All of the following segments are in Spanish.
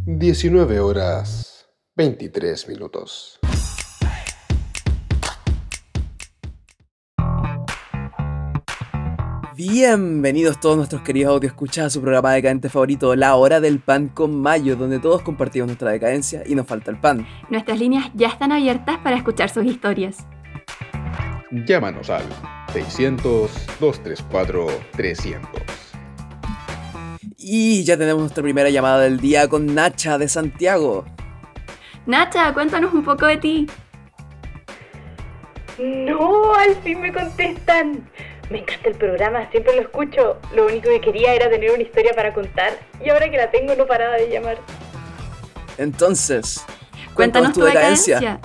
19:23. Bienvenidos todos nuestros queridos audioescuchas a su programa decadente favorito, La Hora del Pan con Mayo, donde todos compartimos nuestra decadencia y nos falta el pan. Nuestras líneas ya están abiertas para escuchar sus historias. Llámanos al 600-234-300. Y ya tenemos nuestra primera llamada del día con Nacha de Santiago. Nacha, cuéntanos un poco de ti. No, al fin me contestan. Me encanta el programa, siempre lo escucho. Lo único que quería era tener una historia para contar y ahora que la tengo no paraba de llamar. Entonces, Cuéntanos tu decadencia. Ya.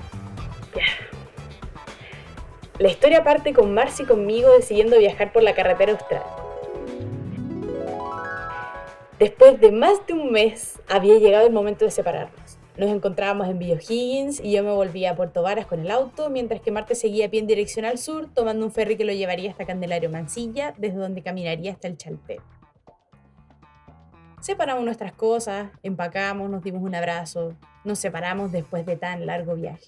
La historia parte con Marcy conmigo decidiendo viajar por la carretera austral. Después de más de un mes había llegado el momento de separarnos. Nos encontrábamos en Villa O'Higgins y yo me volvía a Puerto Varas con el auto, mientras que Marte seguía a pie en dirección al sur, tomando un ferry que lo llevaría hasta Candelario Mansilla, desde donde caminaría hasta el Chaltén. Separamos nuestras cosas, empacamos, nos dimos un abrazo, nos separamos después de tan largo viaje.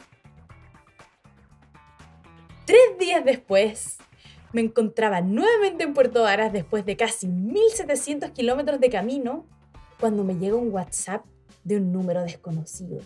3 días después, me encontraba nuevamente en Puerto Varas después de casi 1.700 kilómetros de camino, cuando me llega un WhatsApp de un número desconocido.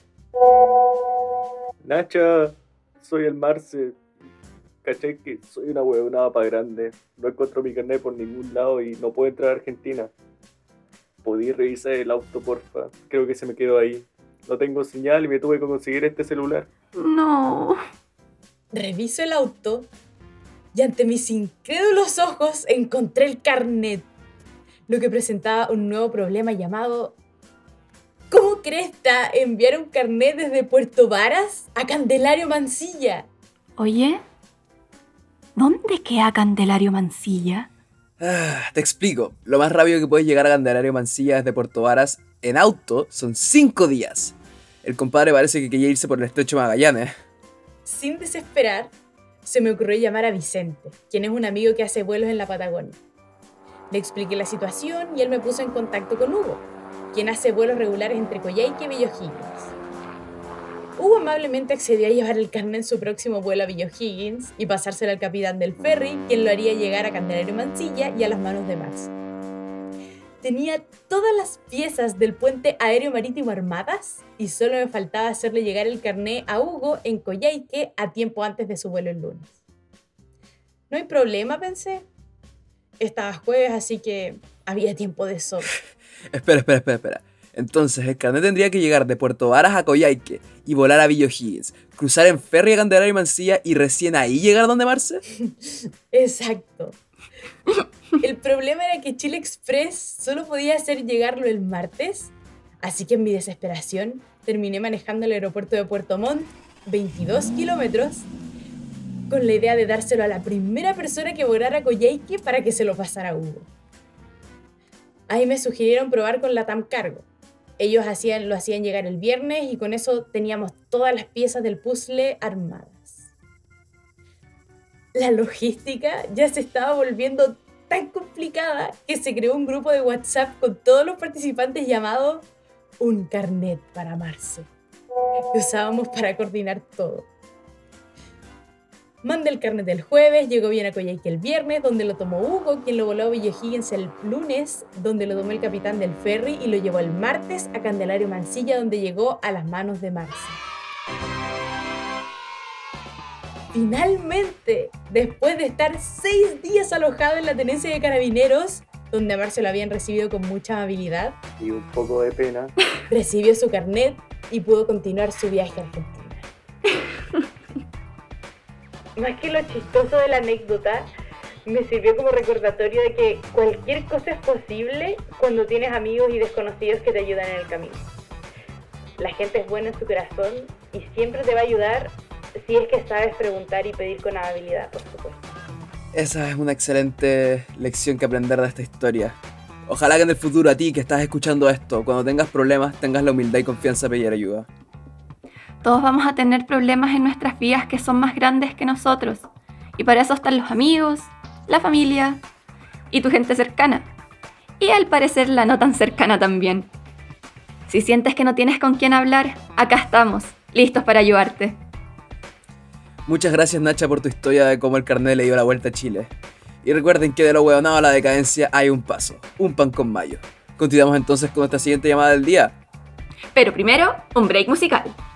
Nacha, soy el Marce. ¿Cachai que soy una huevonada pa' grande? No encuentro mi carnet por ningún lado y no puedo entrar a Argentina. ¿Podí revisar el auto, porfa? Creo que se me quedó ahí. No tengo señal y me tuve que conseguir este celular. No. Reviso el auto y ante mis incrédulos ojos encontré el carnet, lo que presentaba un nuevo problema llamado: ¿cómo cresta enviar un carnet desde Puerto Varas a Candelario Mansilla? Oye, ¿dónde queda Candelario Mansilla? Te explico. Lo más rápido que puedes llegar a Candelario Mansilla desde Puerto Varas en auto son 5 días. El compadre parece que quería irse por el estrecho Magallanes. Sin desesperar, se me ocurrió llamar a Vicente, quien es un amigo que hace vuelos en la Patagonia. Le expliqué la situación y él me puso en contacto con Hugo, quien hace vuelos regulares entre Coyhaique y Villa O'Higgins. Hugo amablemente accedió a llevar el carnet en su próximo vuelo a Villa O'Higgins y pasárselo al capitán del ferry, quien lo haría llegar a Candelario Mansilla y a las manos de Marcy. Tenía todas las piezas del puente aéreo marítimo armadas y solo me faltaba hacerle llegar el carnet a Hugo en Coyhaique a tiempo antes de su vuelo el lunes. No hay problema, pensé. Estaba jueves, así que había tiempo de sobra. Espera. Entonces el carnet tendría que llegar de Puerto Varas a Coyhaique y volar a Villa O'Higgins, cruzar en ferry a Candelario Mansilla y recién ahí llegar donde Marce. Exacto. El problema era que Chile Express solo podía hacer llegarlo el martes, así que en mi desesperación terminé manejando el aeropuerto de Puerto Montt, 22 kilómetros, con la idea de dárselo a la primera persona que volara a Coyhaique para que se lo pasara a Hugo. Ahí me sugirieron probar con la TAM Cargo. Ellos lo hacían llegar el viernes y con eso teníamos todas las piezas del puzzle armadas. La logística ya se estaba volviendo tan complicada que se creó un grupo de WhatsApp con todos los participantes llamado Un Carnet para Marce, que usábamos para coordinar todo. Mandé el carnet el jueves, llegó bien a Coyhaique el viernes, donde lo tomó Hugo, quien lo voló a Villa O'Higgins el lunes, donde lo tomó el capitán del ferry y lo llevó el martes a Candelario Mansilla, donde llegó a las manos de Marce. Finalmente, después de estar 6 días alojado en la tenencia de carabineros, donde a Marce lo habían recibido con mucha amabilidad, Y un poco de pena. recibió su carnet y pudo continuar su viaje a Argentina. Más que lo chistoso de la anécdota, me sirvió como recordatorio de que cualquier cosa es posible cuando tienes amigos y desconocidos que te ayudan en el camino. La gente es buena en su corazón y siempre te va a ayudar si es que sabes preguntar y pedir con amabilidad, por supuesto. Esa es una excelente lección que aprender de esta historia. Ojalá que en el futuro a ti que estás escuchando esto, cuando tengas problemas, tengas la humildad y confianza de pedir ayuda. Todos vamos a tener problemas en nuestras vidas que son más grandes que nosotros. Y para eso están los amigos, la familia y tu gente cercana. Y al parecer la no tan cercana también. Si sientes que no tienes con quién hablar, acá estamos, listos para ayudarte. Muchas gracias, Nacha, por tu historia de cómo el carnet le dio la vuelta a Chile. Y recuerden que de lo huevonado a la decadencia hay un paso, un pan con mayo. Continuamos entonces con nuestra siguiente llamada del día. Pero primero, un break musical.